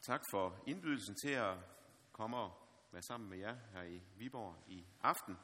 Tak for indbydelsen til at komme og være sammen med jer her i Viborg i aften.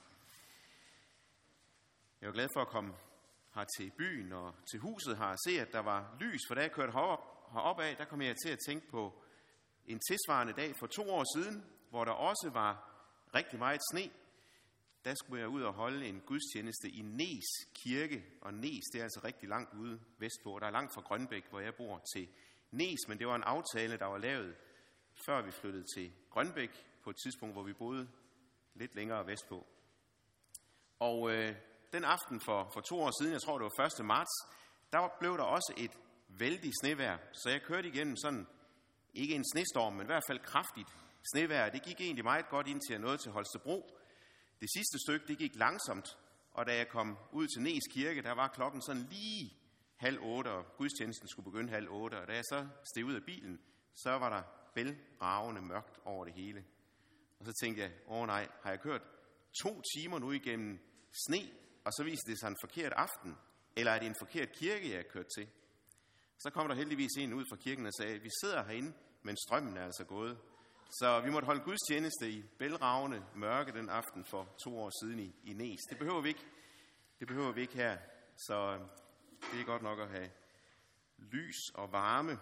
Jeg er glad for at komme her til byen og til huset her og se, at der var lys, for da jeg kørte herop af, der kom jeg til at tænke på en tilsvarende dag for 2 år siden, hvor der også var rigtig meget sne. Der skulle jeg ud og holde en gudstjeneste i Nes Kirke, og Nes, det er altså rigtig langt ude vestpå. Der er langt fra Grønbæk, hvor jeg bor, til Nes, men det var en aftale, der var lavet, før vi flyttede til Grønbæk, på et tidspunkt, hvor vi boede lidt længere vestpå. Og den aften for 2 år siden, jeg tror det var 1. marts, der blev der også et vældigt snevejr. Så jeg kørte igennem sådan, ikke en snestorm, men i hvert fald kraftigt snevejr. Det gik egentlig meget godt indtil jeg nåede til Holstebro. Det sidste stykke, det gik langsomt, og da jeg kom ud til Nes Kirke, der var klokken sådan lige 7:30, og gudstjenesten skulle begynde 7:30, og da jeg så steg ud af bilen, så var der bælragende mørkt over det hele. Og så tænkte jeg, nej, har jeg kørt 2 timer nu igennem sne, og så viser det sig en forkert aften, eller er det en forkert kirke, jeg har kørt til? Så kom der heldigvis en ud fra kirken og sagde, vi sidder herinde, men strømmen er altså gået. Så vi måtte holde gudstjeneste i bælragende mørke den aften for 2 år siden i Nes. Det behøver vi ikke. Det behøver vi ikke her. Så det er godt nok at have lys og varme.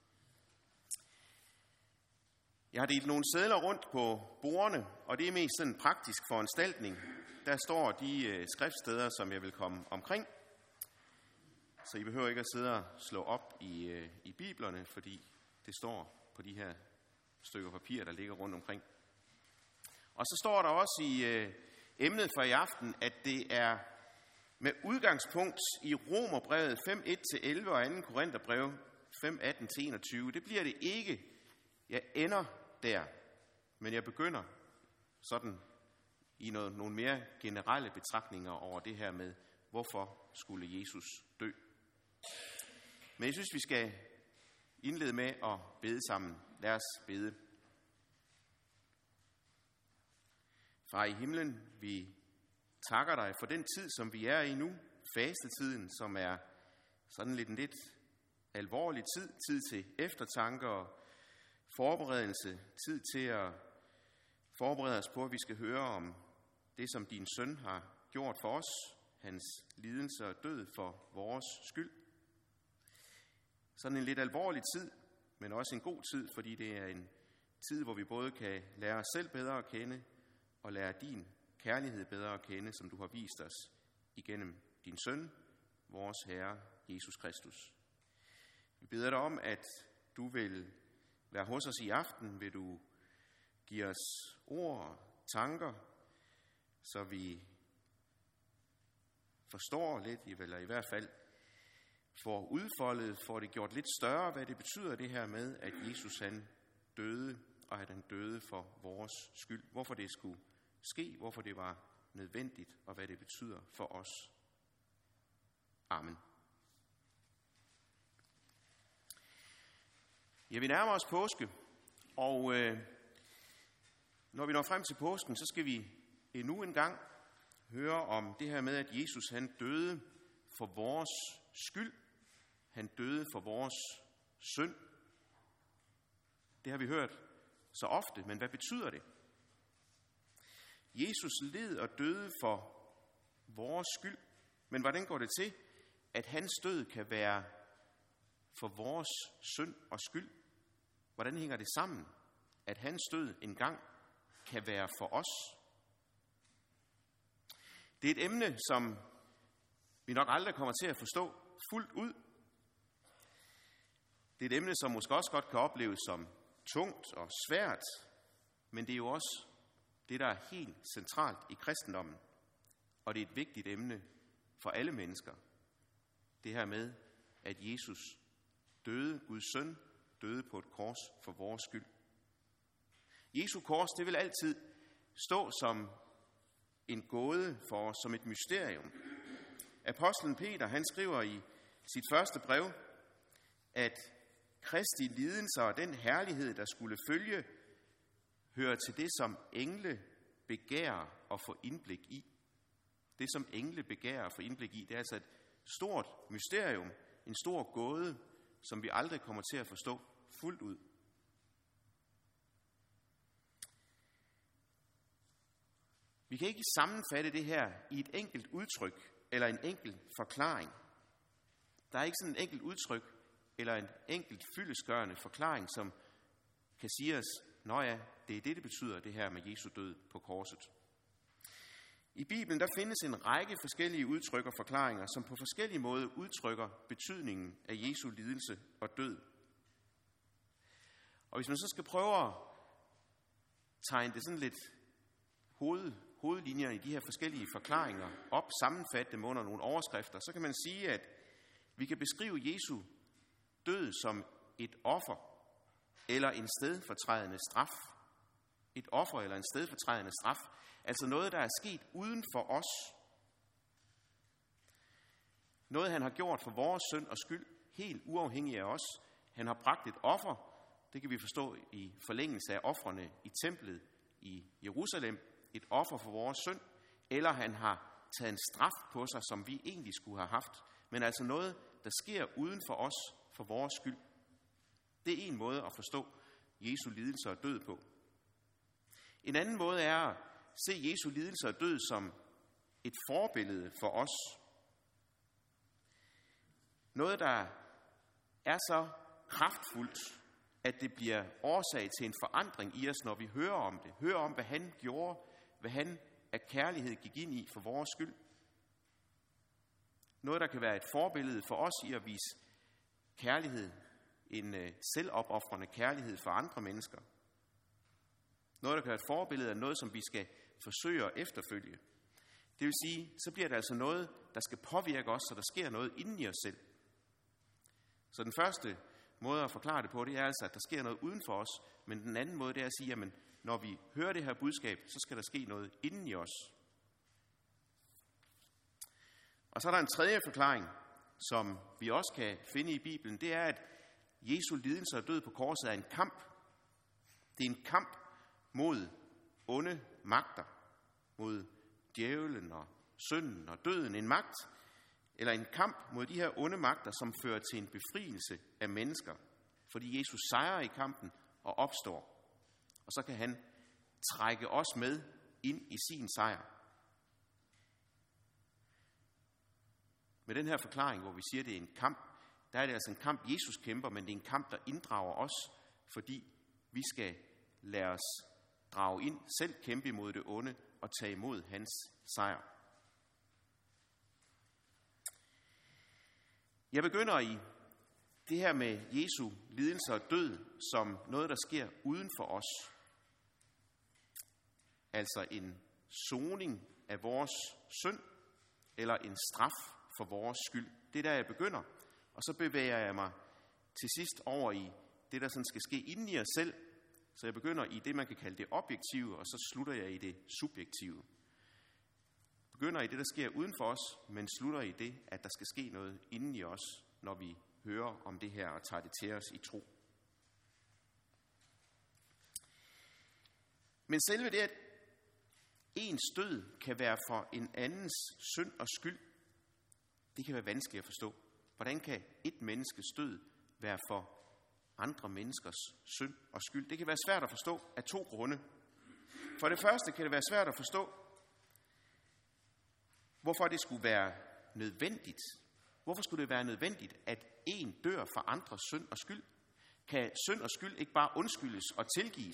Jeg har delt nogle sedler rundt på bordene, og det er mest sådan en praktisk foranstaltning. Der står de skriftsteder, som jeg vil komme omkring. Så I behøver ikke at sidde og slå op i biblerne, fordi det står på de her stykker papir, der ligger rundt omkring. Og så står der også i emnet for i aften, at det er med udgangspunkt i Romerbrevet 5:1-11 og 2. Korintherbrev 5:18-21. Det bliver det ikke. Jeg ender der, men jeg begynder sådan i nogle mere generelle betragtninger over det her med, hvorfor skulle Jesus dø. Men jeg synes, vi skal indlede med at bede sammen. Lad os bede. Far i himlen, vi takker dig for den tid, som vi er i nu, fastetiden, som er sådan lidt alvorlig tid, tid til eftertanke og forberedelse, tid til at forberede os på, at vi skal høre om det, som din søn har gjort for os, hans lidelse og død for vores skyld. Sådan en lidt alvorlig tid, men også en god tid, fordi det er en tid, hvor vi både kan lære os selv bedre at kende, og lære din kærlighed bedre at kende, som du har vist os igennem din søn, vores Herre Jesus Kristus. Vi beder dig om, at du vil være hos os i aften, vil du give os ord og tanker, så vi forstår lidt, eller i hvert fald får udfoldet, får det gjort lidt større, hvad det betyder det her med, at Jesus han døde, og at han døde for vores skyld. Hvorfor det skulle ske, hvorfor det var nødvendigt, og hvad det betyder for os. Amen. Ja, vi nærmer os påske, og når vi når frem til påsken, så skal vi endnu en gang høre om det her med, at Jesus han døde for vores skyld. Han døde for vores synd. Det har vi hørt så ofte, men hvad betyder det? Jesus led og døde for vores skyld, men hvordan går det til, at hans død kan være for vores synd og skyld? Hvordan hænger det sammen, at hans død engang kan være for os? Det er et emne, som vi nok aldrig kommer til at forstå fuldt ud. Det er et emne, som måske også godt kan opleves som tungt og svært, men det er jo også det, der er helt centralt i kristendommen. Og det er et vigtigt emne for alle mennesker. Det her med, at Jesus døde, Guds søn, døde på et kors for vores skyld. Jesu kors, det vil altid stå som en gåde for os, som et mysterium. Apostlen Peter, han skriver i sit første brev, at Kristi lidelser og den herlighed, der skulle følge, hører til det, som engle begærer at få indblik i. Det, som engle begærer at få indblik i, det er altså et stort mysterium, en stor gåde, som vi aldrig kommer til at forstå fuldt ud. Vi kan ikke sammenfatte det her i et enkelt udtryk eller en enkelt forklaring. Der er ikke sådan en enkelt udtryk eller en enkelt fyldestgørende forklaring, som kan sige os, nå ja, det er det betyder, det her med Jesu død på korset. I Bibelen der findes en række forskellige udtryk og forklaringer, som på forskellige måder udtrykker betydningen af Jesu lidelse og død. Og hvis man så skal prøve at tegne det sådan lidt hovedlinjer i de her forskellige forklaringer op, sammenfatte dem under nogle overskrifter, så kan man sige, at vi kan beskrive Jesu død som et offer eller en stedfortrædende straf. Et offer eller en stedfortrædende straf, altså noget, der er sket uden for os. Noget, han har gjort for vores synd og skyld, helt uafhængig af os. Han har bragt et offer, det kan vi forstå i forlængelse af ofrene i templet i Jerusalem, et offer for vores synd, eller han har taget en straf på sig, som vi egentlig skulle have haft, men altså noget, der sker uden for os, for vores skyld. Det er en måde at forstå Jesu lidelse og død på. En anden måde er at se Jesu lidelse og død som et forbillede for os. Noget, der er så kraftfuldt, at det bliver årsag til en forandring i os, når vi hører om det. Hører om, hvad han gjorde, hvad han af kærlighed gik ind i for vores skyld. Noget, der kan være et forbillede for os i at vise kærlighed, en selvopofrende kærlighed for andre mennesker. Noget, der kan være et forbillede af noget, som vi skal forsøge at efterfølge. Det vil sige, så bliver det altså noget, der skal påvirke os, så der sker noget inden i os selv. Så den første måde at forklare det på, det er altså, at der sker noget uden for os, men den anden måde, det er at sige, jamen, når vi hører det her budskab, så skal der ske noget inden i os. Og så er der en tredje forklaring, som vi også kan finde i Bibelen, det er, at Jesu lidelse og død på korset er en kamp. Det er en kamp mod onde magter, mod djævlen og synden og døden. En magt, eller en kamp mod de her onde magter, som fører til en befrielse af mennesker. Fordi Jesus sejrer i kampen og opstår. Og så kan han trække os med ind i sin sejr. Med den her forklaring, hvor vi siger, at det er en kamp, der er det altså en kamp, Jesus kæmper, men det er en kamp, der inddrager os, fordi vi skal lade os drage ind, selv kæmpe imod det onde og tage imod hans sejr. Jeg begynder i det her med Jesu lidelse og død som noget, der sker uden for os. Altså en soning af vores synd, eller en straf for vores skyld. Det er der, jeg begynder. Og så bevæger jeg mig til sidst over i det, der sådan skal ske inden i os selv. Så jeg begynder i det, man kan kalde det objektive, og så slutter jeg i det subjektive. Begynder i det, der sker uden for os, men slutter i det, at der skal ske noget inden i os, når vi hører om det her og tager det til os i tro. Men selve det, at ens død kan være for en andens synd og skyld, det kan være vanskeligt at forstå. Hvordan kan et menneskes død være for andre menneskers synd og skyld? Det kan være svært at forstå af to grunde. For det første kan det være svært at forstå, hvorfor det skulle være nødvendigt. Hvorfor skulle det være nødvendigt, at en dør for andres synd og skyld? Kan synd og skyld ikke bare undskyldes og tilgives?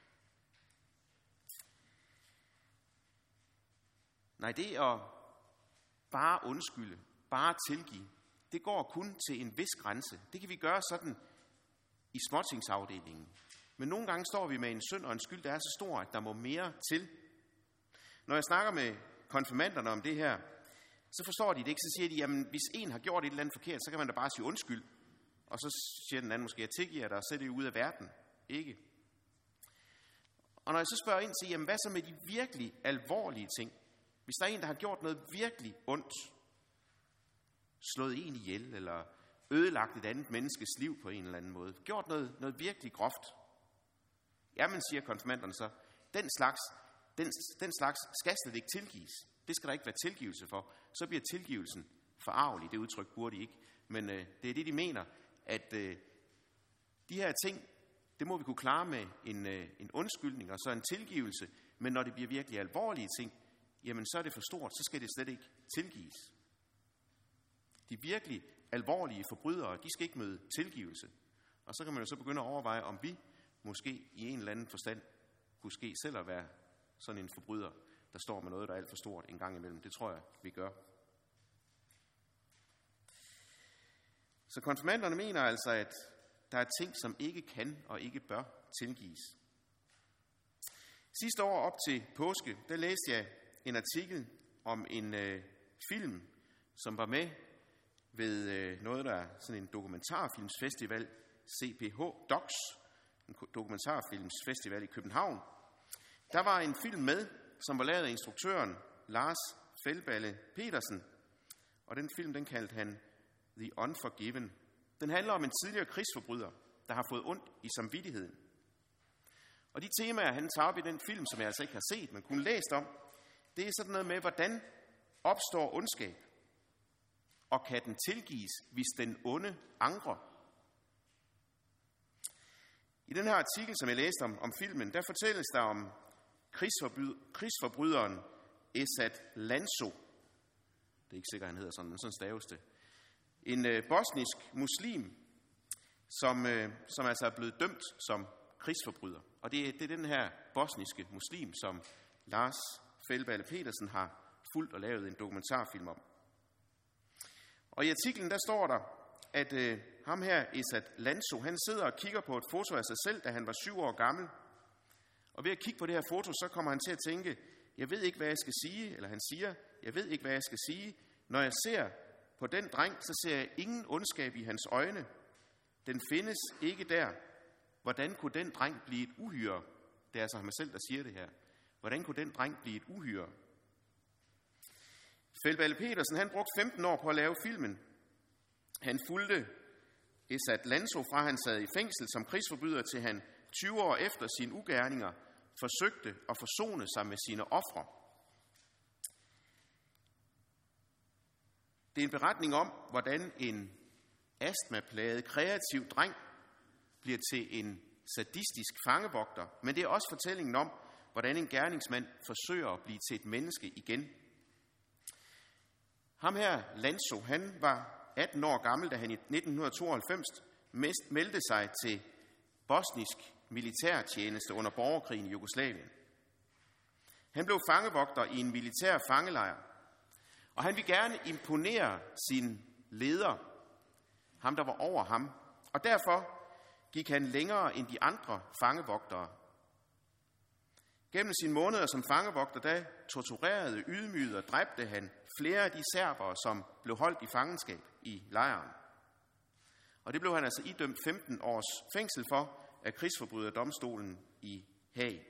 Nej, det at bare undskylde, bare tilgive, det går kun til en vis grænse. Det kan vi gøre sådan i småtingsafdelingen. Men nogle gange står vi med en synd og en skyld, der er så stor, at der må mere til. Når jeg snakker med konfirmanderne om det her, så forstår de det ikke. Så siger de, jamen hvis en har gjort et eller andet forkert, så kan man da bare sige undskyld. Og så siger den anden måske, jeg tilgiver dig og sætter det ud af verden. Ikke? Og når jeg så spørger ind til, jamen hvad så med de virkelig alvorlige ting? Hvis der er en, der har gjort noget virkelig ondt, slået en ihjel, eller ødelagt et andet menneskes liv på en eller anden måde, gjort noget virkelig groft, jamen siger konfirmanderne så, den slags skal slet ikke tilgives. Det skal der ikke være tilgivelse for. Så bliver tilgivelsen forarvelig. Det udtryk burde de ikke. Men det er det, de mener, at de her ting, det må vi kunne klare med en undskyldning og så en tilgivelse. Men når det bliver virkelig alvorlige ting, jamen så er det for stort, så skal det slet ikke tilgives. De virkelig alvorlige forbrydere, de skal ikke møde tilgivelse. Og så kan man jo så begynde at overveje, om vi måske i en eller anden forstand kunne ske selv at være sådan en forbryder, der står med noget, der er alt for stort en gang imellem. Det tror jeg, vi gør. Så konfirmanderne mener altså, at der er ting, som ikke kan og ikke bør tilgives. Sidste år op til påske, der læste jeg en artikel om en film, som var med ved noget, der er sådan en dokumentarfilmsfestival, CPH Docs, en dokumentarfilmsfestival i København. Der var en film med, som var lavet af instruktøren Lars Feldballe Petersen, og den film, den kaldte han The Unforgiven. Den handler om en tidligere krigsforbryder, der har fået ondt i samvittigheden. Og de temaer, han tager op i den film, som jeg altså ikke har set, men kun læst om, det er sådan noget med, hvordan opstår ondskab, og kan den tilgives, hvis den onde angrer. I den her artikel, som jeg læste om filmen, der fortælles der om krigsforbryderen Esad Lanzo. Det er ikke sikkert, han hedder sådan, men sådan staves det. En bosnisk muslim, som altså er blevet dømt som krigsforbryder. Og det er den her bosniske muslim, som Lars Feldballe Petersen har fulgt og lavet en dokumentarfilm om. Og i artiklen der står der, at ham her, Esad Lanzo, han sidder og kigger på et foto af sig selv, da han var 7 år gammel. Og ved at kigge på det her foto, så kommer han til at tænke, jeg ved ikke, hvad jeg skal sige, eller han siger, jeg ved ikke, hvad jeg skal sige. Når jeg ser på den dreng, så ser jeg ingen ondskab i hans øjne. Den findes ikke der. Hvordan kunne den dreng blive et uhyre? Det er altså ham selv, der siger det her. Hvordan kunne den dreng blive et uhyre? Feldballe Petersen, han brugte 15 år på at lave filmen. Han fulgte Esad Lanzo fra han sad i fængsel som krigsforbryder, til han 20 år efter sine ugerninger forsøgte at forsone sig med sine ofre. Det er en beretning om, hvordan en astmaplaget, kreativ dreng bliver til en sadistisk fangevogter, men det er også fortællingen om, hvordan en gerningsmand forsøger at blive til et menneske igen. Ham her, Lanzo, han var 18 år gammel, da han i 1992 meldte sig til bosnisk militærtjeneste under borgerkrigen i Jugoslavien. Han blev fangevogter i en militær fangelejr, og han ville gerne imponere sin leder, ham der var over ham, og derfor gik han længere end de andre fangevogtere. Gennem sine måneder som fangevogter, der torturerede, ydmygede og dræbte han flere af de serbere, som blev holdt i fangenskab i lejren. Og det blev han altså idømt 15 års fængsel for af krigsforbryderdomstolen i Haag.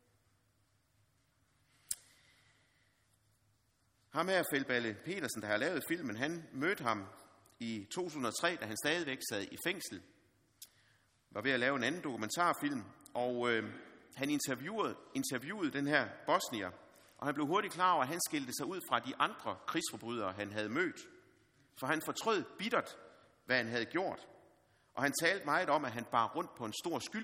Ham her, Feldballe Petersen, der har lavet filmen, han mødte ham i 2003, da han stadigvæk sad i fængsel. Var ved at lave en anden dokumentarfilm, og han interviewede den her bosnier, og han blev hurtigt klar over, at han skilte sig ud fra de andre krigsforbrydere, han havde mødt. For han fortrød bittert, hvad han havde gjort. Og han talte meget om, at han bar rundt på en stor skyld.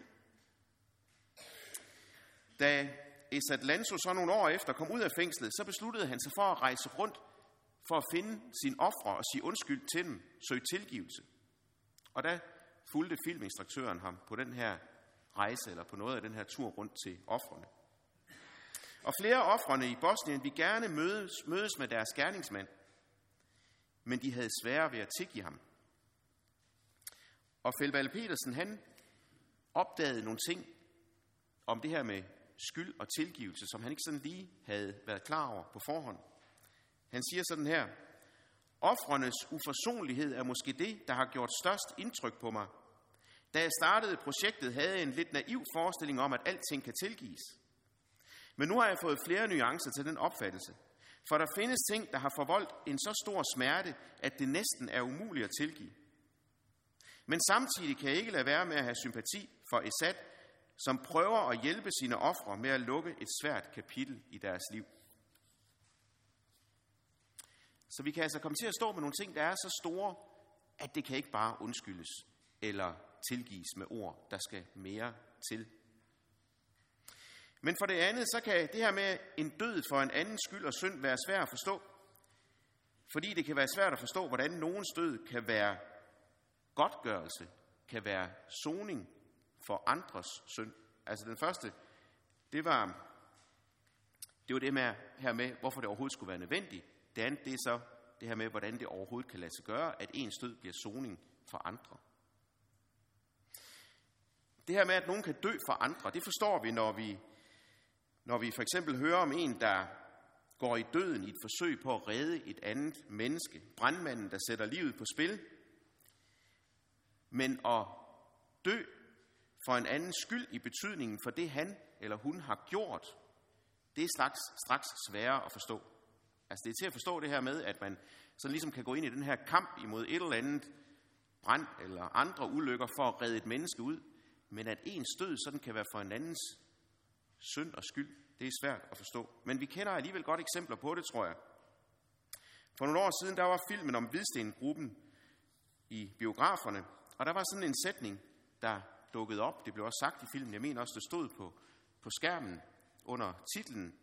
Da Esad Lanzo så nogle år efter kom ud af fængslet, så besluttede han sig for at rejse rundt for at finde sine ofre og sige undskyld til dem, søge tilgivelse. Og da fulgte filminstruktøren ham på den her rejse, eller på noget af den her tur rundt til ofrene. Og flere af ofrene i Bosnien ville gerne mødes med deres gerningsmand, men de havde sværere ved at tilgive ham. Og Feldballe Petersen, han opdagede nogle ting om det her med skyld og tilgivelse, som han ikke sådan lige havde været klar over på forhånd. Han siger sådan her: ofrenes uforsonlighed er måske det, der har gjort størst indtryk på mig. Da jeg startede projektet, havde jeg en lidt naiv forestilling om, at alting kan tilgives. Men nu har jeg fået flere nuancer til den opfattelse. For der findes ting, der har forvoldt en så stor smerte, at det næsten er umuligt at tilgive. Men samtidig kan jeg ikke lade være med at have sympati for Esad, som prøver at hjælpe sine ofre med at lukke et svært kapitel i deres liv. Så vi kan altså komme til at stå med nogle ting, der er så store, at det kan ikke bare undskyldes eller tilgives med ord, der skal mere til. Men for det andet, så kan det her med en død for en andens skyld og synd være svært at forstå. Fordi det kan være svært at forstå, hvordan nogens død kan være godtgørelse, kan være soning for andres synd. Altså den første, det var det med her med, hvorfor det overhovedet skulle være nødvendigt. Det andet, det er så det her med, hvordan det overhovedet kan lade sig gøre, at ens død bliver soning for andre. Det her med, at nogen kan dø for andre, det forstår vi, når vi for eksempel hører om en, der går i døden i et forsøg på at redde et andet menneske. Brandmanden, der sætter livet på spil. Men at dø for en andens skyld i betydningen for det, han eller hun har gjort, det er straks sværere at forstå. Altså det er til at forstå det her med, at man sådan ligesom kan gå ind i den her kamp imod et eller andet brand eller andre ulykker for at redde et menneske ud. Men at ens død sådan kan være for en andens synd og skyld, det er svært at forstå. Men vi kender alligevel godt eksempler på det, tror jeg. For nogle år siden, der var filmen om Hvidstengruppen i biograferne, og der var sådan en sætning, der dukkede op. Det blev også sagt i filmen. Jeg mener også, det stod på skærmen under titlen.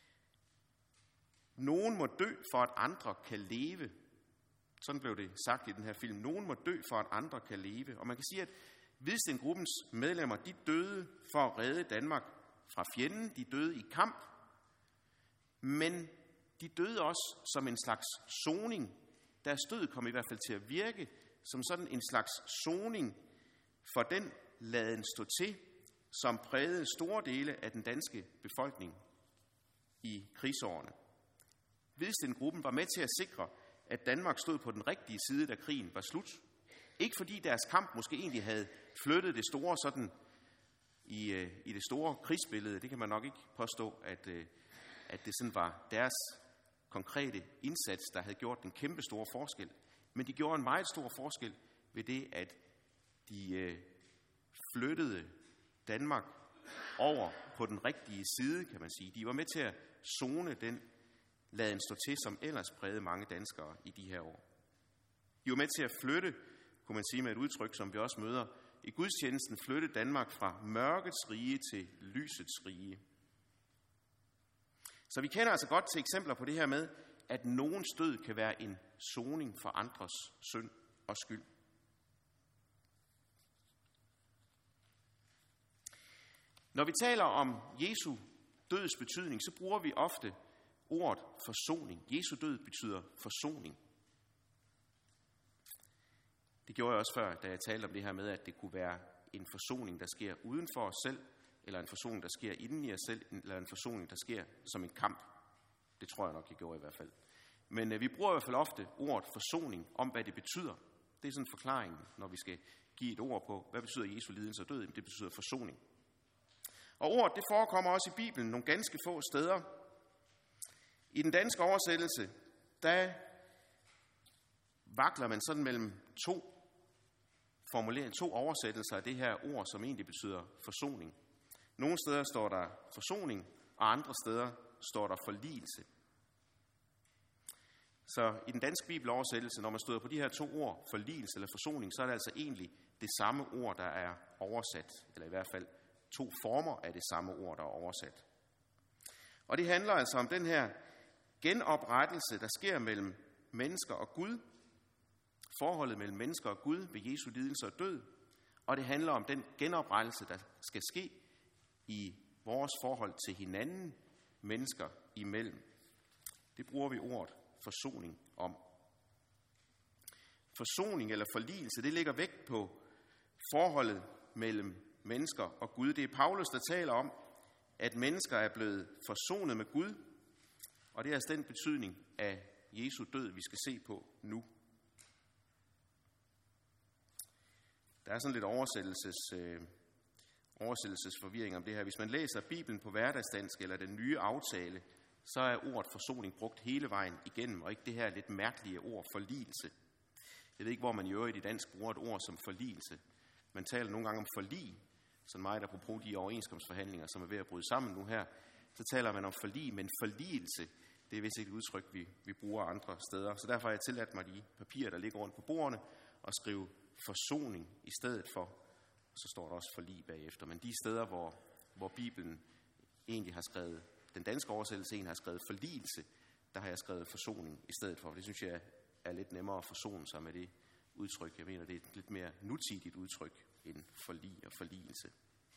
Nogen må dø for, at andre kan leve. Sådan blev det sagt i den her film. Nogen må dø for, at andre kan leve. Og man kan sige, at Hvidstengruppens medlemmer, de døde for at redde Danmark fra fjenden. De døde i kamp. Men de døde også som en slags soning. Deres død kom i hvert fald til at virke som sådan en slags soning for den laden stå til, som prægede store dele af den danske befolkning i krigsårene. Hvidstengruppen var med til at sikre, at Danmark stod på den rigtige side, da krigen var slut. Ikke fordi deres kamp måske egentlig havde flyttet det store sådan i det store krigsbillede. Det kan man nok ikke påstå, at det sådan var deres konkrete indsats, der havde gjort den kæmpe store forskel. Men de gjorde en meget stor forskel ved det, at de flyttede Danmark over på den rigtige side, kan man sige. De var med til at sone den laden stå til, som ellers prægede mange danskere i de her år. De var med til at flytte, kunne man sige med et udtryk, som vi også møder i gudstjenesten, flytte Danmark fra mørkets rige til lysets rige. Så vi kender altså godt til eksempler på det her med, at nogens død kan være en soning for andres synd og skyld. Når vi taler om Jesu døds betydning, så bruger vi ofte ordet forsoning. Jesu død betyder forsoning. Det gjorde jeg også før, da jeg talte om det her med, at det kunne være en forsoning, der sker uden for os selv, eller en forsoning, der sker inden i os selv, eller en forsoning, der sker som en kamp. Det tror jeg nok, jeg gjorde i hvert fald. Men vi bruger i hvert fald ofte ordet forsoning om, hvad det betyder. Det er sådan en forklaring, når vi skal give et ord på, hvad betyder Jesu lidelse og død? Det betyder forsoning. Og ordet, det forekommer også i Bibelen nogle ganske få steder. I den danske oversættelse, der vakler man sådan mellem to oversættelser af det her ord, som egentlig betyder forsoning. Nogle steder står der forsoning, og andre steder står der forligelse. Så i den danske bibeloversættelse, når man støder på de her to ord, forligelse eller forsoning, så er det altså egentlig det samme ord, der er oversat, eller i hvert fald to former af det samme ord, der er oversat. Og det handler altså om den her genoprettelse, der sker mellem mennesker og Gud, forholdet mellem mennesker og Gud ved Jesu lidelse og død, og det handler om den genoprettelse, der skal ske i vores forhold til hinanden, mennesker imellem. Det bruger vi ordet forsoning om. Forsoning eller forligelse, det ligger vægt på forholdet mellem mennesker og Gud. Det er Paulus, der taler om, at mennesker er blevet forsonet med Gud, og det er altså den betydning af Jesu død, vi skal se på nu. Der er sådan lidt oversættelsesforvirring om det her. Hvis man læser Bibelen på hverdagsdansk eller den nye aftale, så er ordet forsoning brugt hele vejen igennem, og ikke det her lidt mærkelige ord forligelse. Jeg ved ikke, hvor man i øvrigt i dansk bruger et ord som forligelse. Man taler nogle gange om forlig, sådan meget apropos de overenskomstforhandlinger, som er ved at bryde sammen nu her. Så taler man om forlig, men forligelse, det er vist ikke et udtryk, vi bruger andre steder. Så derfor har jeg tilladt mig de papirer, der ligger rundt på bordene, og skrive forsoning i stedet for. Så står der også forlig bagefter. Men de steder, hvor Bibelen egentlig har skrevet, den danske oversættelse egentlig har skrevet forligelse, der har jeg skrevet forsoning i stedet for. Det synes jeg er lidt nemmere at forsone sig med det udtryk. Jeg mener, det er et lidt mere nutidigt udtryk end forlig og forligelse.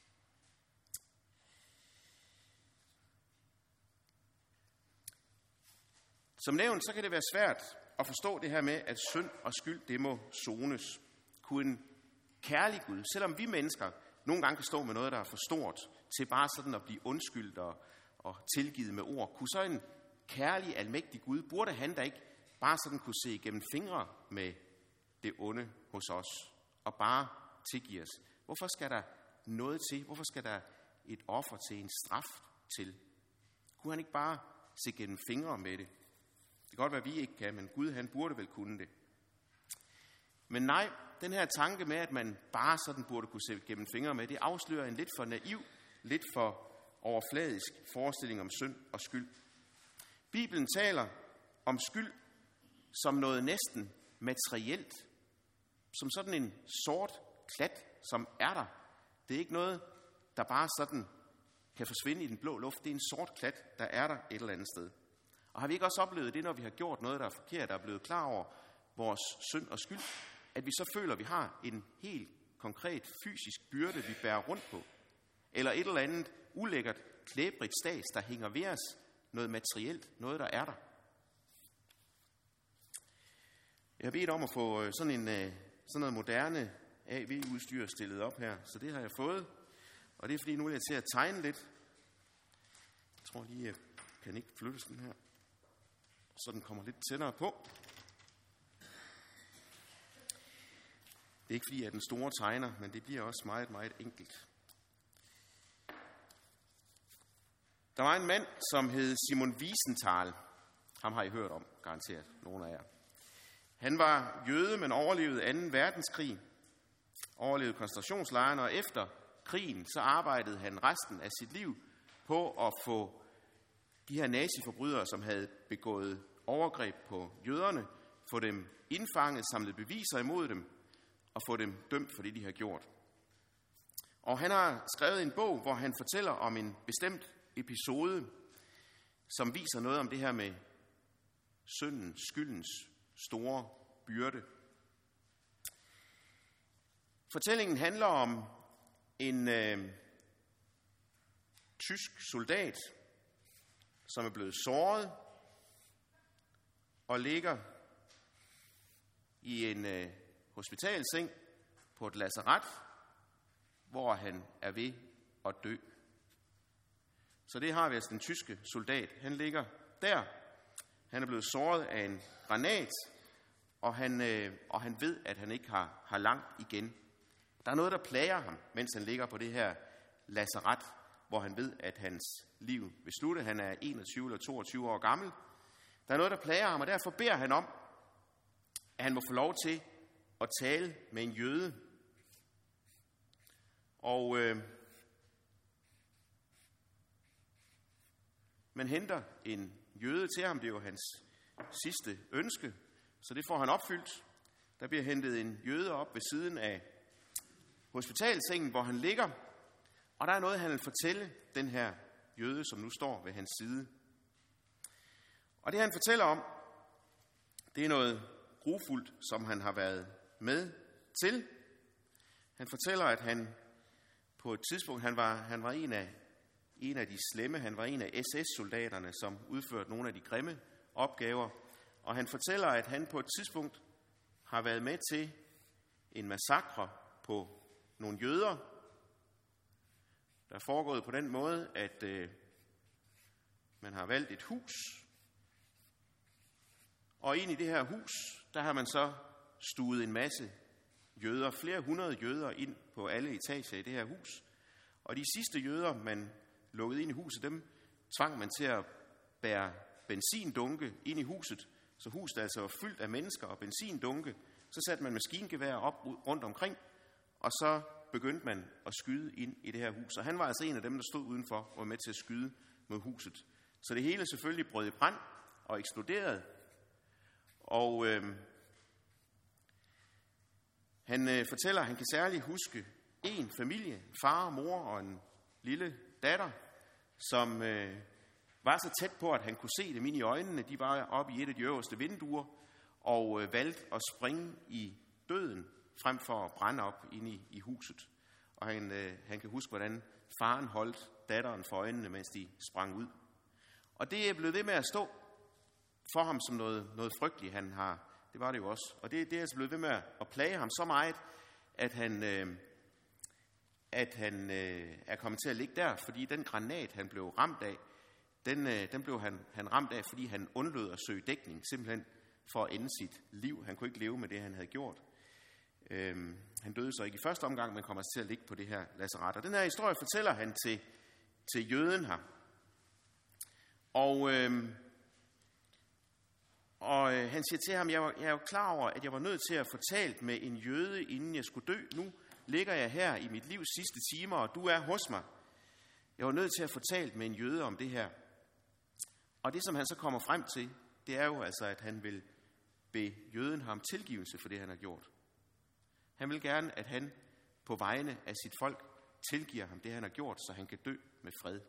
Som nævnt, så kan det være svært at forstå det her med, at synd og skyld, det må sones. Kunne en kærlig Gud, selvom vi mennesker nogle gange kan stå med noget, der er for stort, til bare sådan at blive undskyldt og tilgivet med ord, kunne så en kærlig, almægtig Gud, burde han da ikke bare sådan kunne se igennem fingre med det onde hos os, og bare tilgive os? Hvorfor skal der noget til? Hvorfor skal der et offer til, en straf til? Kunne han ikke bare se gennem fingre med det? Det kan godt være, at vi ikke kan, men Gud, han burde vel kunne det. Men nej, den her tanke med, at man bare sådan burde kunne se gennem fingre med, det afslører en lidt for naiv, lidt for overfladisk forestilling om synd og skyld. Bibelen taler om skyld som noget næsten materielt, som sådan en sort klat, som er der. Det er ikke noget, der bare sådan kan forsvinde i den blå luft. Det er en sort klat, der er der et eller andet sted. Og har vi ikke også oplevet det, når vi har gjort noget, der er forkert, der er blevet klar over vores synd og skyld, at vi så føler, at vi har en helt konkret fysisk byrde, vi bærer rundt på? Eller et eller andet ulækkert, klæbrigt stads, der hænger ved os, noget materielt, noget, der er der. Jeg har bedt om at få sådan noget moderne AV-udstyr stillet op her, så det har jeg fået. Og det er fordi, nu er jeg til at tegne lidt. Jeg tror lige, jeg kan ikke flytte den her, så den kommer lidt tættere på. Det er ikke fordi, jeg er den store tegner, men det bliver også meget, meget enkelt. Der var en mand, som hed Simon Wiesenthal. Ham har I hørt om, garanteret, nogle af jer. Han var jøde, men overlevede 2. verdenskrig. Overlevede koncentrationslejrene, og efter krigen, så arbejdede han resten af sit liv på at få de her naziforbrydere, som havde begået overgreb på jøderne, få dem indfanget, samlet beviser imod dem, og få dem dømt for det, de har gjort. Og han har skrevet en bog, hvor han fortæller om en bestemt episode, som viser noget om det her med syndens, skyldens store byrde. Fortællingen handler om en tysk soldat, som er blevet såret og ligger i en hospitalseng på et lazaret, hvor han er ved at dø. Så det har vi altså den tyske soldat. Han ligger der. Han er blevet såret af en granat, og han ved, at han ikke har langt igen. Der er noget, der plager ham, mens han ligger på det her lazaret, hvor han ved, at hans liv vil slutte. Han er 21 eller 22 år gammel. Der er noget, der plager ham, og derfor beder han om, at han må få lov til at tale med en jøde. Og man henter en jøde til ham. Det er jo hans sidste ønske, så det får han opfyldt. Der bliver hentet en jøde op ved siden af hospitalsengen, hvor han ligger. Og der er noget, han vil fortælle den her jøde, som nu står ved hans side. Og det, han fortæller om, det er noget grufuldt, som han har været med til. Han fortæller, at han på et tidspunkt, han var en af de slemme, han var en af SS-soldaterne, som udførte nogle af de grimme opgaver. Og han fortæller, at han på et tidspunkt har været med til en massakre på nogle jøder, der er foregået på den måde, at man har valgt et hus, og ind i det her hus, der har man så stuet en masse jøder, flere hundrede jøder ind på alle etager i det her hus. Og de sidste jøder, man lukkede ind i huset, dem tvang man til at bære benzindunke ind i huset, så huset altså var fyldt af mennesker og benzindunke. Så satte man maskingevær op rundt omkring, og så begyndte man at skyde ind i det her hus. Og han var altså en af dem, der stod udenfor og var med til at skyde mod huset. Så det hele selvfølgelig brød i brand og eksploderede. Og han fortæller, at han kan særligt huske en familie, far, mor og en lille datter, som var så tæt på, at han kunne se dem ind i øjnene. De var oppe i et af de øverste vinduer, og valgte at springe i døden, frem for at brænde op inde i huset. Og han kan huske, hvordan faren holdt datteren for øjnene, mens de sprang ud. Og det er blevet ved med at stå for ham som noget frygteligt, han har. Det var det jo også. Og det er altså blevet ved med at plage ham så meget, at han er kommet til at ligge der, fordi den granat, han blev ramt af, den blev han ramt af, fordi han undlod at søge dækning, simpelthen for at ende sit liv. Han kunne ikke leve med det, han havde gjort. Han døde så ikke i første omgang, men kommer til at ligge på det her lazaret. Og den her historie fortæller han til jøden her. Og han siger til ham, jeg er jo klar over, at jeg var nødt til at få talt med en jøde, inden jeg skulle dø. Nu ligger jeg her i mit livs sidste timer, og du er hos mig. Jeg var nødt til at få talt med en jøde om det her. Og det, som han så kommer frem til, det er jo altså, at han vil bede jøden ham tilgivelse for det, han har gjort. Han vil gerne, at han på vegne af sit folk tilgiver ham det, han har gjort, så han kan dø med fred.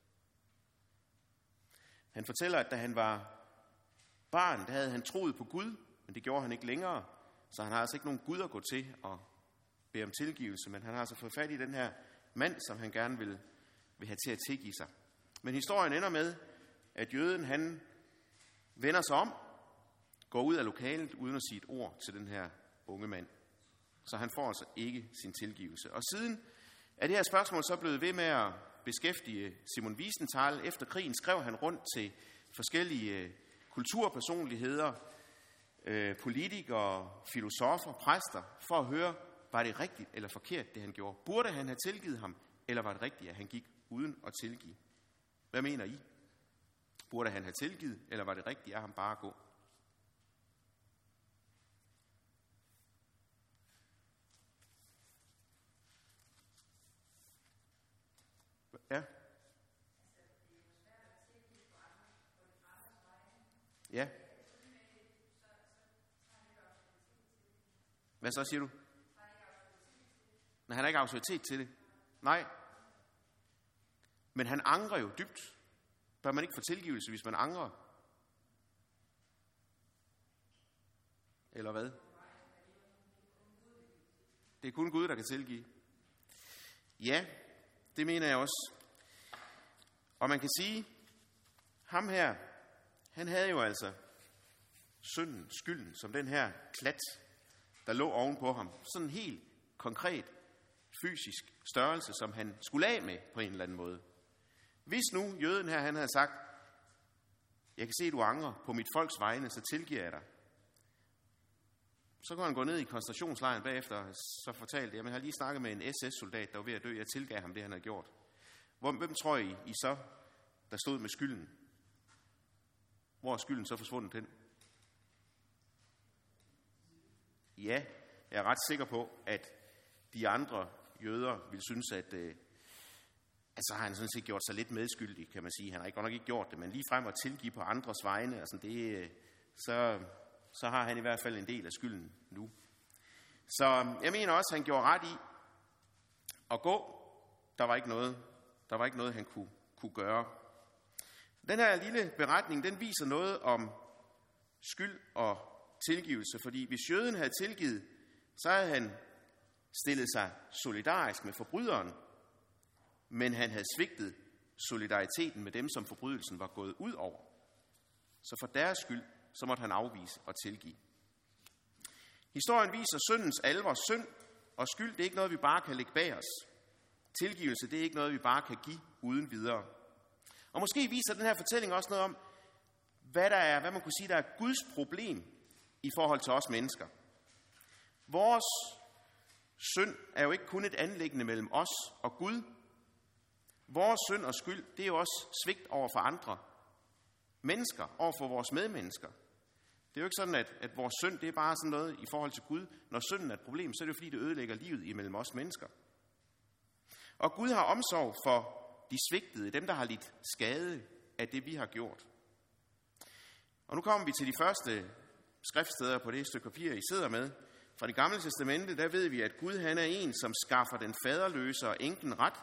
Han fortæller, at da han var barn, der havde han troet på Gud, men det gjorde han ikke længere, så han har altså ikke nogen Gud at gå til og bede om tilgivelse, men han har altså fået fat i den her mand, som han gerne vil have til at tilgive sig. Men historien ender med, at jøden, han vender sig om, går ud af lokalet uden at sige et ord til den her unge mand. Så han får altså ikke sin tilgivelse. Og siden er det her spørgsmål så blevet ved med at beskæftige Simon Wiesenthal. Efter krigen skrev han rundt til forskellige kulturpersonligheder, politikere, filosofer, præster, for at høre, var det rigtigt eller forkert, det han gjorde. Burde han have tilgivet ham, eller var det rigtigt, at han gik uden at tilgive? Hvad mener I? Burde han have tilgivet, eller var det rigtigt, at han bare gå? Ja. Ja. Hvad så siger du? Nej, han har ikke autoritet til det. Nej. Men han angrer jo dybt. Bør man ikke få tilgivelse, hvis man angrer? Eller hvad? Det er kun Gud, der kan tilgive. Ja, det mener jeg også. Og man kan sige, ham her, han havde jo altså synden, skylden, som den her klat, der lå ovenpå ham. Sådan en helt konkret, fysisk størrelse, som han skulle af med på en eller anden måde. Hvis nu jøden her, han havde sagt, jeg kan se, du angrer på mit folks vegne, så tilgiver jeg dig. Så kunne han gå ned i koncentrationslejren bagefter, og så fortalte, jeg har lige snakket med en SS-soldat, der var ved at dø. Jeg tilgav ham det, han havde gjort. Hvem tror I så, der stod med skylden? Hvor er skylden så forsvundet hen? Ja, jeg er ret sikker på, at de andre jøder vil synes, at så har han sådan set gjort sig lidt medskyldig, kan man sige. Han har godt nok ikke gjort det, men lige frem at tilgive på andres vegne, altså så har han i hvert fald en del af skylden nu. Så jeg mener også, at han gjorde ret i at gå. Der var ikke noget, han kunne gøre. Den her lille beretning, den viser noget om skyld og tilgivelse, fordi hvis jøden havde tilgivet, så havde han stillet sig solidarisk med forbryderen, men han havde svigtet solidariteten med dem, som forbrydelsen var gået ud over. Så for deres skyld, så måtte han afvise og tilgive. Historien viser syndens alvor. Synd og skyld, det er ikke noget, vi bare kan lægge bag os. Tilgivelse, det er ikke noget, vi bare kan give uden videre. Og måske viser den her fortælling også noget om, hvad man kunne sige, der er Guds problem i forhold til os mennesker. Vores synd er jo ikke kun et anliggende mellem os og Gud. Vores synd og skyld, det er jo også svigt over for andre mennesker, over for vores medmennesker. Det er jo ikke sådan, at vores synd, det er bare sådan noget i forhold til Gud. Når synden er et problem, så er det jo fordi, det ødelægger livet imellem os mennesker. Og Gud har omsorg for de svigtede, dem der har lidt skade af det, vi har gjort. Og nu kommer vi til de første skriftsteder på det stykke papir, I sidder med. Fra det gamle testamente, der ved vi, at Gud han er en, som skaffer den faderløse og enken ret,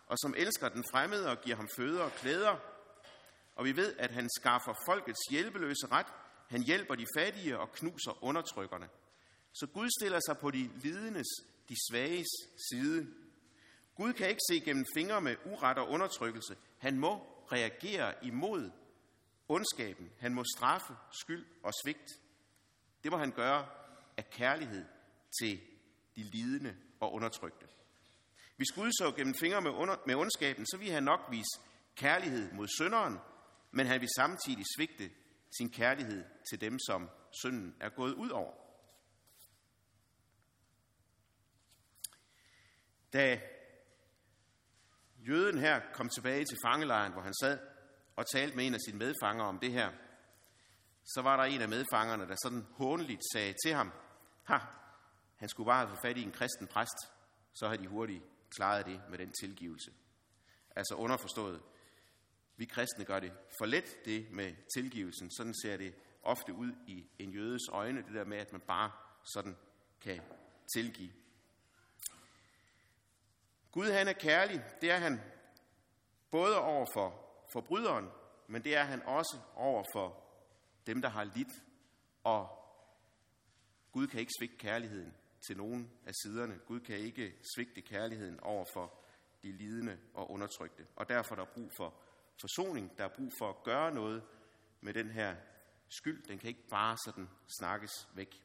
og som elsker den fremmede og giver ham føde og klæder. Og vi ved, at han skaffer folkets hjælpeløse ret. Han hjælper de fattige og knuser undertrykkerne. Så Gud stiller sig på de lidendes, de svages side. Gud kan ikke se gennem fingre med uret og undertrykkelse. Han må reagere imod ondskaben. Han må straffe skyld og svigt. Det må han gøre af kærlighed til de lidende og undertrykte. Hvis Gud så gennem fingre med ondskaben, så vil han nok vise kærlighed mod synderen, men han vil samtidig svigte sin kærlighed til dem, som synden er gået ud over. Da jøden her kom tilbage til fangelejren, hvor han sad og talte med en af sine medfanger om det her, så var der en af medfangerne, der sådan hånligt sagde til ham, han skulle bare have fået fat i en kristen præst, så havde de hurtigt klaret det med den tilgivelse. Altså underforstået, vi kristne gør det for let, det med tilgivelsen. Sådan ser det ofte ud i en jødes øjne, det der med, at man bare sådan kan tilgive. Gud, han er kærlig. Det er han både over for forbryderen, men det er han også over for dem, der har lidt. Og Gud kan ikke svigte kærligheden til nogen af siderne. Gud kan ikke svigte kærligheden over for de lidende og undertrykte. Og derfor er der brug for forsoning. Der er brug for at gøre noget med den her skyld. Den kan ikke bare sådan snakkes væk.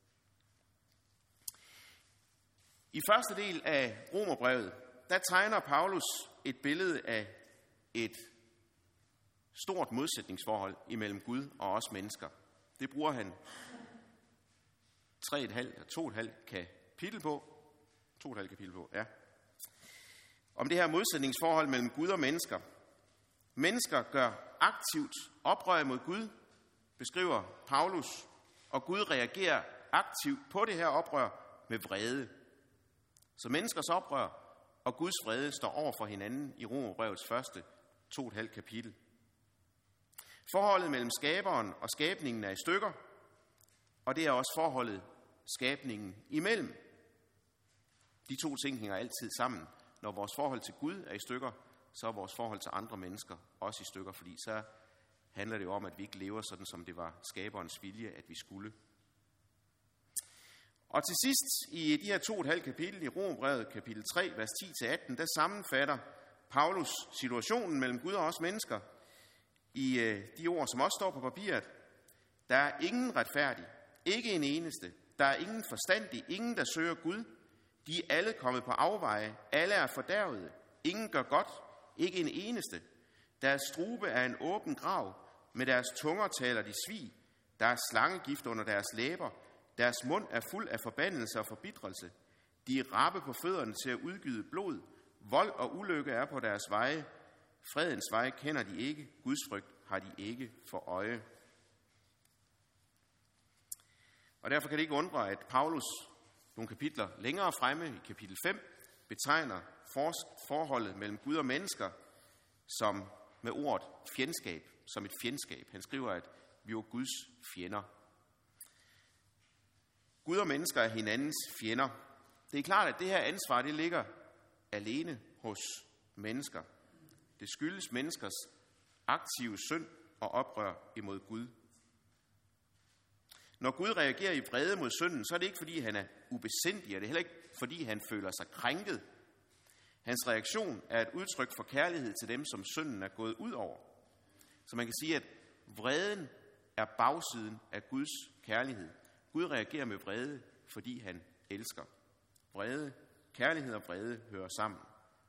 I første del af Romerbrevet, der tegner Paulus et billede af et stort modsætningsforhold imellem Gud og os mennesker. Det bruger han 2,5 kapitel på. 2,5 kapitel på, ja. Om det her modsætningsforhold mellem Gud og mennesker. Mennesker gør aktivt oprør mod Gud, beskriver Paulus, og Gud reagerer aktivt på det her oprør med vrede. Så menneskers oprør og Guds vrede står over for hinanden i Romerbrevets første 2,5 kapitel. Forholdet mellem skaberen og skabningen er i stykker, og det er også forholdet skabningen imellem. De to ting hænger altid sammen. Når vores forhold til Gud er i stykker, så er vores forhold til andre mennesker også i stykker, fordi så handler det jo om, at vi ikke lever sådan, som det var skaberens vilje, at vi skulle. Og til sidst i de her 2,5 kapitel i Romerbrevet, kapitel 3, vers 10-18, der sammenfatter Paulus situationen mellem Gud og os mennesker i de ord, som også står på papiret. Der er ingen retfærdig, ikke en eneste. Der er ingen forstandig, ingen der søger Gud. De er alle kommet på afveje, alle er fordærvede. Ingen gør godt, ikke en eneste. Deres strube er en åben grav, med deres tunger taler de svig. Der er slangegift under deres læber. Deres mund er fuld af forbandelse og forbitrelse. De er rappe på fødderne til at udgyde blod. Vold og ulykke er på deres veje. Fredens veje kender de ikke. Guds frygt har de ikke for øje. Og derfor kan det ikke undre, at Paulus nogle kapitler længere fremme i kapitel 5 betegner forholdet mellem Gud og mennesker som med ordet fjendskab, som et fjendskab. Han skriver, at vi er Guds fjender. Gud og mennesker er hinandens fjender. Det er klart, at det her ansvar, det ligger alene hos mennesker. Det skyldes menneskers aktive synd og oprør imod Gud. Når Gud reagerer i vrede mod synden, så er det ikke, fordi han er ubesindig, og det er heller ikke, fordi han føler sig krænket. Hans reaktion er et udtryk for kærlighed til dem, som synden er gået ud over. Så man kan sige, at vreden er bagsiden af Guds kærlighed. Gud reagerer med vrede, fordi han elsker. Vrede, kærlighed og vrede hører sammen.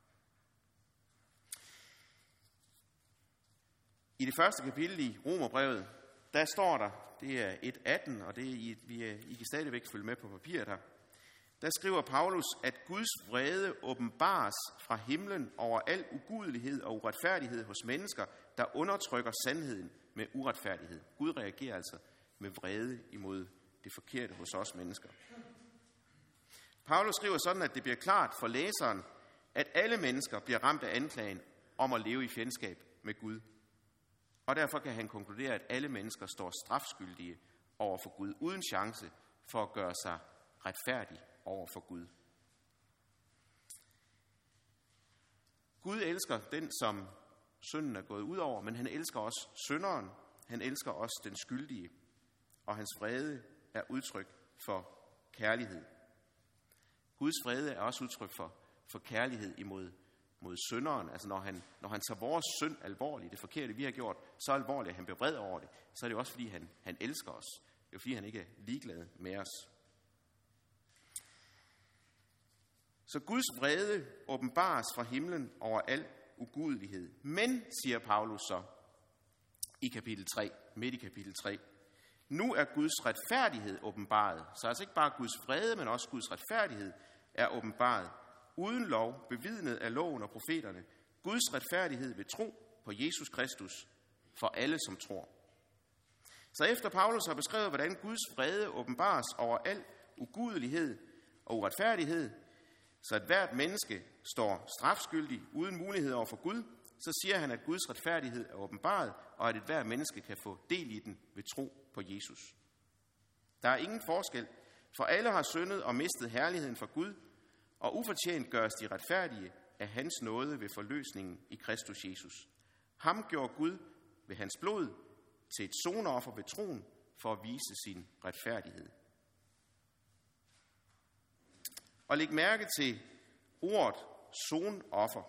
I det første kapitel i Romerbrevet, der står der, det er 1:18, og det er, I kan stadigvæk følge med på papiret her. Der skriver Paulus, at Guds vrede åbenbares fra himlen over al ugudelighed og uretfærdighed hos mennesker, der undertrykker sandheden med uretfærdighed. Gud reagerer altså med vrede imod det forkerte hos os mennesker. Paulus skriver sådan, at det bliver klart for læseren, at alle mennesker bliver ramt af anklagen om at leve i fjendskab med Gud. Og derfor kan han konkludere, at alle mennesker står strafskyldige over for Gud, uden chance for at gøre sig retfærdig over for Gud. Gud elsker den, som synden er gået ud over, men han elsker også synderen. Han elsker også den skyldige. Og hans vrede er udtryk for kærlighed. Guds vrede er også udtryk for kærlighed imod synderen. Altså når han tager vores synd alvorligt, det forkerte vi har gjort, så alvorligt, at han bliver vred over det, så er det også fordi han elsker os. Det er jo fordi han ikke er ligeglad med os. Så Guds vrede åbenbares fra himlen over al ugudelighed. Men, siger Paulus så i kapitel 3, midt i kapitel 3, nu er Guds retfærdighed åbenbaret. Så altså ikke bare Guds vrede, men også Guds retfærdighed er åbenbaret. Uden lov, bevidnet af loven og profeterne. Guds retfærdighed ved tro på Jesus Kristus for alle, som tror. Så efter Paulus har beskrevet, hvordan Guds vrede åbenbares over al ugudelighed og uretfærdighed, så at hvert menneske står strafskyldig uden mulighed over for Gud, så siger han, at Guds retfærdighed er åbenbaret, og at et hvert menneske kan få del i den ved tro på Jesus. Der er ingen forskel, for alle har syndet og mistet herligheden for Gud, og ufortjent gøres de retfærdige af hans nåde ved forløsningen i Kristus Jesus. Ham gjorde Gud ved hans blod til et sonoffer ved troen for at vise sin retfærdighed. Og læg mærke til ordet sonoffer.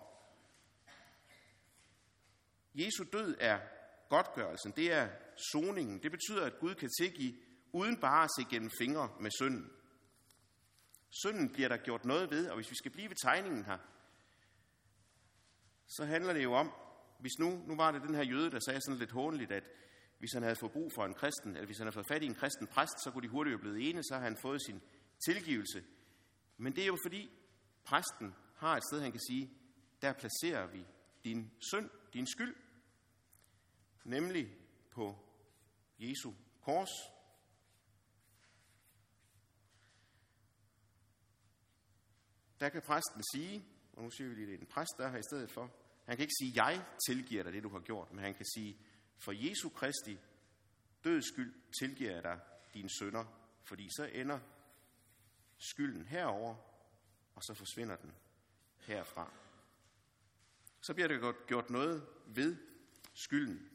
Jesu død er godtgørelsen, det er soningen. Det betyder, at Gud kan tilgive uden bare at se gennem fingre med synden. Synden bliver der gjort noget ved, og hvis vi skal blive ved tegningen her, så handler det jo om, hvis nu var det den her jøde, der sagde sådan lidt hånligt, at hvis han havde fået brug for en kristen, eller hvis han havde fået fat i en kristen præst, så kunne de hurtigt jo blive enige, så har han fået sin tilgivelse. Men det er jo fordi præsten har et sted, han kan sige, der placerer vi din synd, din skyld, nemlig på Jesu kors. Der kan præsten sige, og nu siger vi lige, det er en præst, der er her i stedet for, han kan ikke sige, jeg tilgiver dig det, du har gjort, men han kan sige, for Jesu Kristi døds skyld tilgiver jeg dig dine synder, fordi så ender skylden herover, og så forsvinder den herfra. Så bliver der gjort noget ved skylden.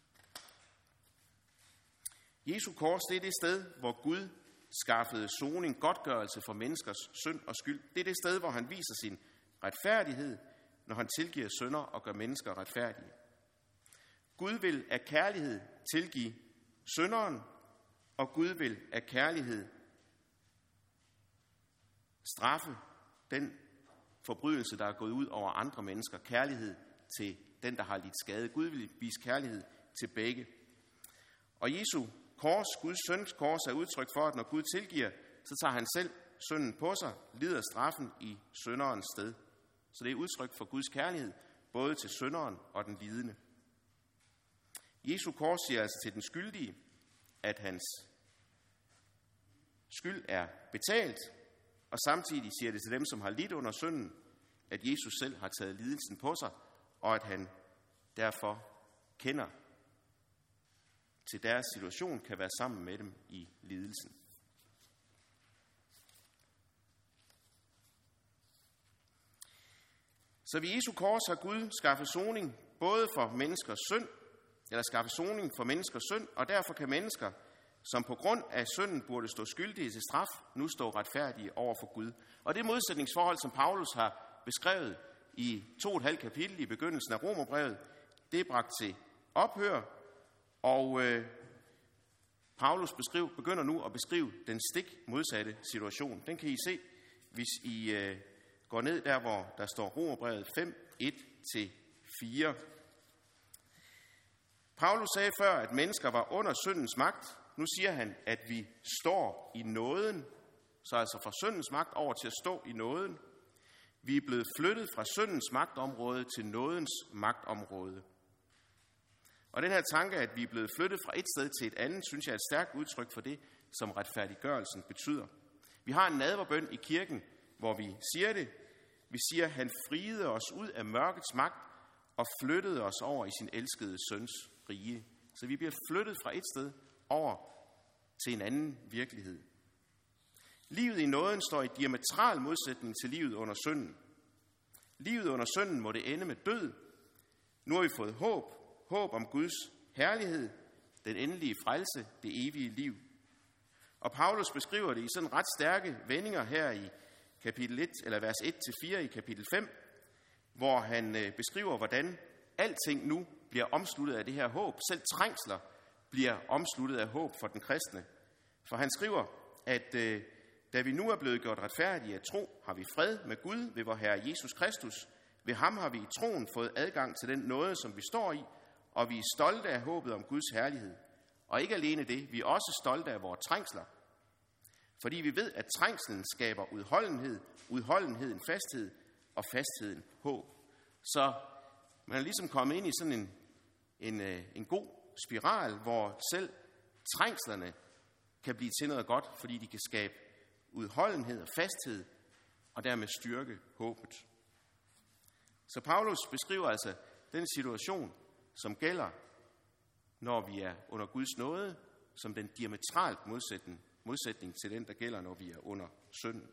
Jesu kors, det er det sted, hvor Gud skaffede soning, godtgørelse for menneskers synd og skyld. Det er det sted, hvor han viser sin retfærdighed, når han tilgiver synder og gør mennesker retfærdige. Gud vil af kærlighed tilgive synderen, og Gud vil af kærlighed straffe den forbrydelse, der er gået ud over andre mennesker. Kærlighed til den, der har lidt skade. Gud vil vise kærlighed til begge. Og Jesu kors, Guds søns kors, er udtryk for, at når Gud tilgiver, så tager han selv synden på sig, lider straffen i synderens sted. Så det er udtryk for Guds kærlighed, både til synderen og den lidende. Jesu kors siger altså til den skyldige, at hans skyld er betalt, og samtidig siger det til dem, som har lidt under synden, at Jesus selv har taget lidelsen på sig, og at han derfor kender til deres situation, kan være sammen med dem i lidelsen. Så ved Jesu kors har Gud skaffet soning både for menneskers synd, eller skaffet soning for menneskers synd, og derfor kan mennesker, som på grund af synden burde stå skyldige til straf, nu stå retfærdige over for Gud. Og det modsætningsforhold, som Paulus har beskrevet i 2,5 kapitel i begyndelsen af Romerbrevet, det er bragt til ophør, og Paulus begynder nu at beskrive den stik modsatte situation. Den kan I se, hvis I går ned der, hvor der står Romerbrevet 5, 1-4. Paulus sagde før, at mennesker var under syndens magt. Nu siger han, at vi står i nåden, så altså fra syndens magt over til at stå i nåden. Vi er blevet flyttet fra syndens magtområde til nådens magtområde. Og den her tanke, at vi er blevet flyttet fra et sted til et andet, synes jeg er et stærkt udtryk for det, som retfærdiggørelsen betyder. Vi har en nadverbøn i kirken, hvor vi siger det. Vi siger, at han friede os ud af mørkets magt og flyttede os over i sin elskede søns rige. Så vi bliver flyttet fra et sted over til en anden virkelighed. Livet i nåden står i diametral modsætning til livet under synden. Livet under synden må det ende med død. Nu har vi fået håb om Guds herlighed, den endelige frelse, det evige liv. Og Paulus beskriver det i sådan ret stærke vendinger her i kapitel 1, eller vers 1-4 i kapitel 5, hvor han beskriver, hvordan alting nu bliver omsluttet af det her håb. Selv trængsler bliver omsluttet af håb for den kristne. For han skriver, at da vi nu er blevet gjort retfærdige af tro, har vi fred med Gud ved vor Herre Jesus Kristus. Ved ham har vi i troen fået adgang til den nåde, som vi står i, og vi er stolte af håbet om Guds herlighed. Og ikke alene det, vi er også stolte af vores trængsler. Fordi vi ved, at trængslen skaber udholdenhed, udholdenheden fasthed, og fastheden håb. Så man er ligesom kommet ind i sådan en god spiral, hvor selv trængslerne kan blive til noget godt, fordi de kan skabe udholdenhed og fasthed, og dermed styrke håbet. Så Paulus beskriver altså den situation, som gælder, når vi er under Guds nåde, som den diametralt modsætning til den, der gælder, når vi er under synden.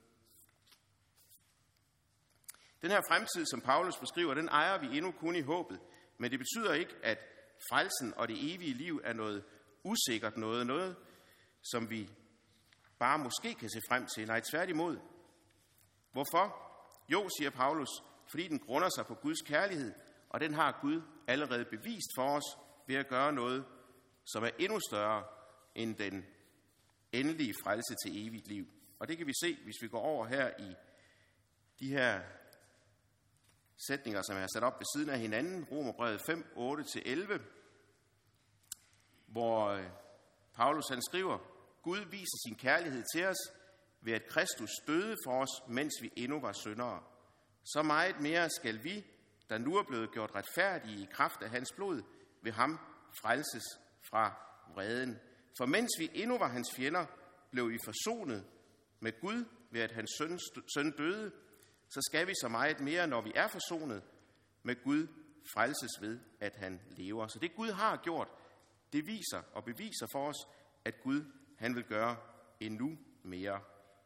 Den her fremtid, som Paulus beskriver, den ejer vi endnu kun i håbet, men det betyder ikke, at frelsen og det evige liv er noget usikkert, noget som vi bare måske kan se frem til. Nej, tværtimod. Hvorfor? Jo, siger Paulus, fordi den grunder sig på Guds kærlighed, og den har Gud allerede bevist for os ved at gøre noget, som er endnu større end den endelige frelse til evigt liv. Og det kan vi se, hvis vi går over her i de her sætninger, som jeg har sat op ved siden af hinanden, Romerbrevet 5, 8-11, hvor Paulus han skriver, Gud viser sin kærlighed til os ved at Kristus døde for os, mens vi endnu var syndere. Så meget mere skal vi, der nu er blevet gjort retfærdige i kraft af hans blod, ved ham frelses fra vreden. For mens vi endnu var hans fjender, blev vi forsonet med Gud ved at hans søn døde, så skal vi så meget mere, når vi er forsonet med Gud, frelses ved, at han lever. Så det Gud har gjort, det viser og beviser for os, at Gud han vil gøre endnu mere.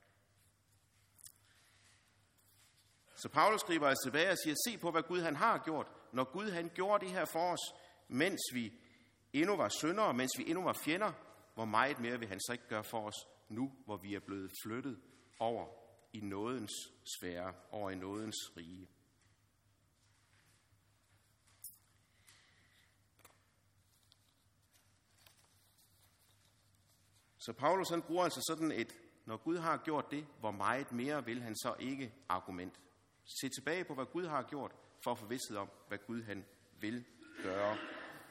Så Paulus skriver altså tilbage og siger, se på, hvad Gud han har gjort. Når Gud han gjorde det her for os, mens vi endnu var syndere, mens vi endnu var fjender, hvor meget mere vil han så ikke gøre for os nu, hvor vi er blevet flyttet over i nådens sfære, over i nådens rige. Så Paulus han bruger altså sådan et, når Gud har gjort det, hvor meget mere vil han så ikke argument. Se tilbage på, hvad Gud har gjort, for at få vished om, hvad Gud han vil gøre.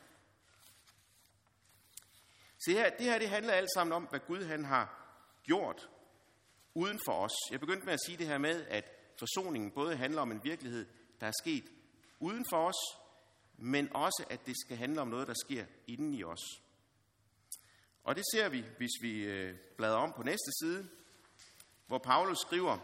Se her, det her det handler alt sammen om, hvad Gud han har gjort uden for os. Jeg begyndte med at sige det her med, at forsoningen både handler om en virkelighed, der er sket uden for os, men også, at det skal handle om noget, der sker inden i os. Og det ser vi, hvis vi bladrer om på næste side, hvor Paulus skriver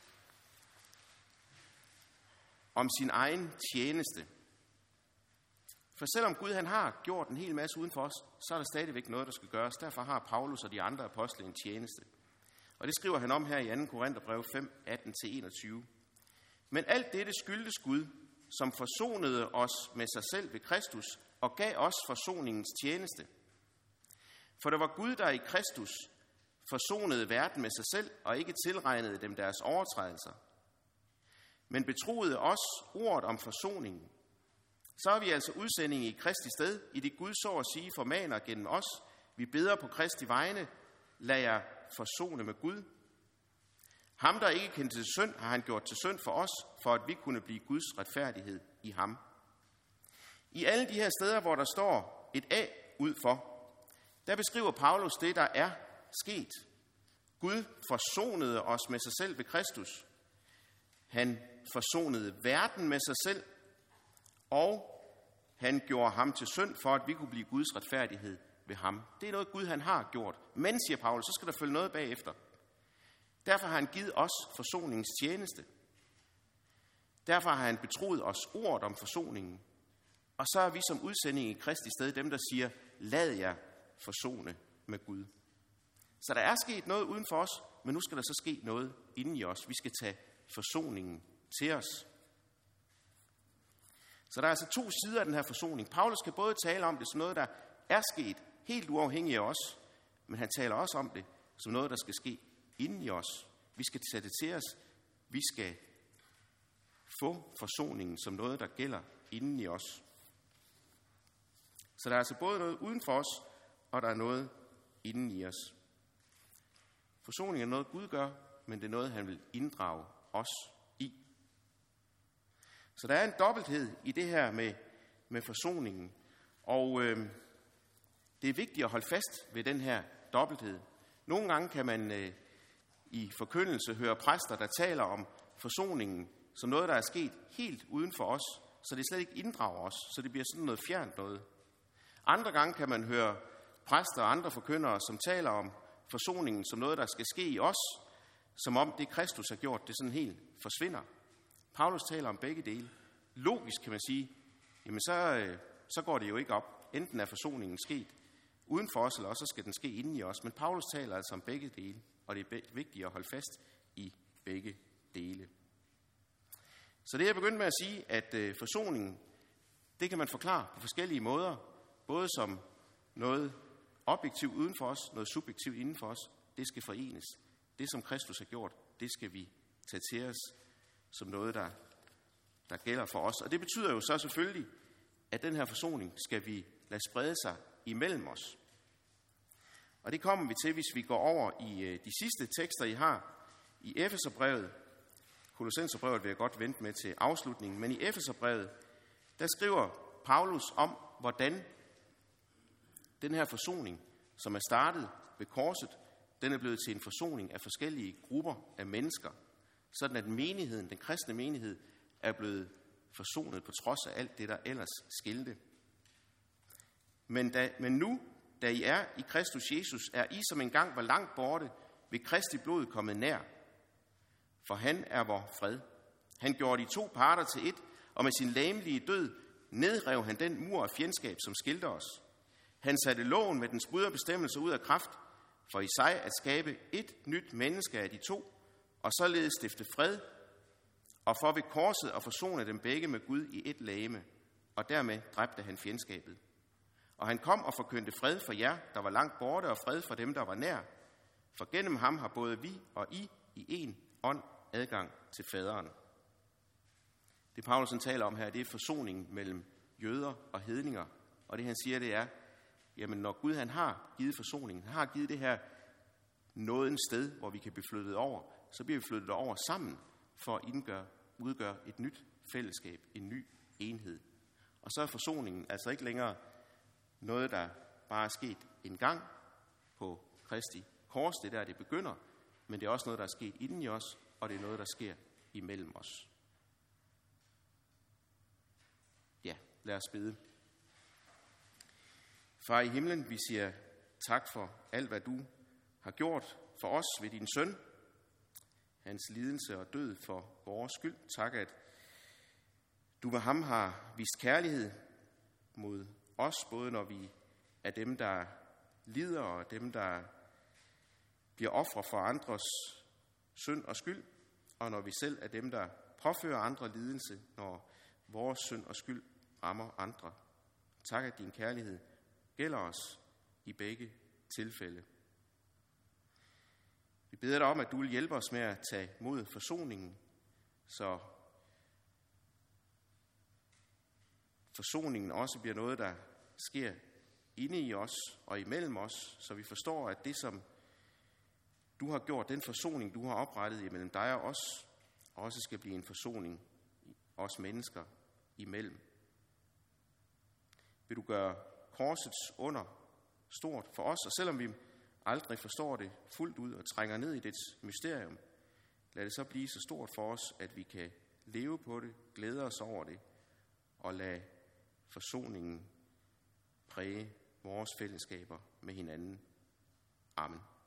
om sin egen tjeneste. For selvom Gud han har gjort en hel masse uden for os, så er der stadigvæk noget, der skal gøres. Derfor har Paulus og de andre apostle en tjeneste. Og det skriver han om her i 2. Korintherbrev 5, 18-21. Men alt dette skyldtes Gud, som forsonede os med sig selv ved Kristus og gav os forsoningens tjeneste. For det var Gud, der i Kristus forsonede verden med sig selv og ikke tilregnede dem deres overtrædelser, men betroede os ordet om forsoningen. Så er vi altså udsending i Kristi sted, i det Gud så at sige formaner gennem os. Vi beder på Kristi vegne, lad jer forsone med Gud. Ham, der ikke kendte til synd, har han gjort til synd for os, for at vi kunne blive Guds retfærdighed i ham. I alle de her steder, hvor der står et A ud for, der beskriver Paulus det, der er sket. Gud forsonede os med sig selv ved Kristus. Han forsonede verden med sig selv, og han gjorde ham til synd, for at vi kunne blive Guds retfærdighed ved ham. Det er noget, Gud han har gjort. Men, siger Paulus, så skal der følge noget bagefter. Derfor har han givet os forsoningens tjeneste. Derfor har han betroet os ordet om forsoningen. Og så er vi som udsending i Kristi sted dem, der siger, lad jer forsone med Gud. Så der er sket noget uden for os, men nu skal der så ske noget inden i os. Vi skal tage forsoningen til os. Så der er altså to sider af den her forsoning. Paulus kan både tale om det som noget, der er sket helt uafhængigt af os, men han taler også om det som noget, der skal ske inden i os. Vi skal tage det til os. Vi skal få forsoningen som noget, der gælder inden i os. Så der er altså både noget uden for os, og der er noget inden i os. Forsoning er noget, Gud gør, men det er noget, han vil inddrage os i. Så der er en dobbelthed i det her med forsoningen. Og det er vigtigt at holde fast ved den her dobbelthed. Nogle gange kan man i forkyndelse høre præster, der taler om forsoningen som noget, der er sket helt uden for os, så det slet ikke inddrager os, så det bliver sådan noget fjernt noget. Andre gange kan man høre præster og andre forkyndere, som taler om forsoningen som noget, der skal ske i os, som om det Kristus har gjort, det sådan helt forsvinder. Paulus taler om begge dele. Logisk kan man sige, jamen så går det jo ikke op. Enten er forsoningen sket uden for os, eller også skal den ske inden i os. Men Paulus taler altså om begge dele, og det er vigtigt at holde fast i begge dele. Så det jeg begyndte med at sige, at forsoningen, det kan man forklare på forskellige måder, både som noget objektivt uden for os, noget subjektivt inden for os. Det skal forenes. Det, som Kristus har gjort, det skal vi tage til os som noget, der gælder for os. Og det betyder jo så selvfølgelig, at den her forsoning skal vi lade sprede sig imellem os. Og det kommer vi til, hvis vi går over i de sidste tekster, I har i Efeserbrevet. Kolossenserbrevet vil jeg godt vente med til afslutningen, men i Efeserbrevet, der skriver Paulus om, hvordan den her forsoning, som er startet ved korset, den er blevet til en forsoning af forskellige grupper af mennesker, sådan at menigheden, den kristne menighed, er blevet forsonet på trods af alt det, der ellers skilte. Men nu, da I er i Kristus Jesus, er I, som engang var langt borte, ved Kristi blod kommet nær. For han er vor fred. Han gjorde de to parter til et, og med sin legemlige død nedrev han den mur af fjendskab, som skilte os. Han satte loven med dens bryderbestemmelse ud af kraft, for i sig at skabe et nyt menneske af de to, og således stifte fred, og for ved korset at forsone dem begge med Gud i et legeme, og dermed dræbte han fjendskabet. Og han kom og forkyndte fred for jer, der var langt borte, og fred for dem, der var nær. For gennem ham har både vi og I en ånd adgang til faderen. Det Paulus taler om her, det er forsoningen mellem jøder og hedninger. Og det han siger, det er, jamen når Gud han har givet forsoningen, han har givet det her nådens sted, hvor vi kan blive flyttet over, så bliver vi flyttet over sammen for at udgøre et nyt fællesskab, en ny enhed. Og så er forsoningen altså ikke længere noget, der bare er sket en gang på Kristi kors, det der det begynder, men det er også noget, der er sket inden i os, og det er noget, der sker imellem os. Ja, lad os bede. Far i himlen, vi siger tak for alt, hvad du har gjort for os ved din søn, hans lidelse og død for vores skyld. Tak, at du ved ham har vist kærlighed mod os, både når vi er dem, der lider, og dem, der bliver ofre for andres synd og skyld, og når vi selv er dem, der påfører andre lidelse, når vores synd og skyld rammer andre. Tak, at din kærlighed gælder os i begge tilfælde. Vi beder dig om, at du vil hjælpe os med at tage mod forsoningen, så forsoningen også bliver noget, der sker inde i os og imellem os, så vi forstår, at det, som du har gjort, den forsoning, du har oprettet imellem dig og os, også skal blive en forsoning os mennesker imellem. Vil du gøre korsets under stort for os, og selvom vi aldrig forstår det fuldt ud og trænger ned i dets mysterium, lad det så blive så stort for os, at vi kan leve på det, glæde os over det, og lade forsoningen præge vores fællesskaber med hinanden. Amen.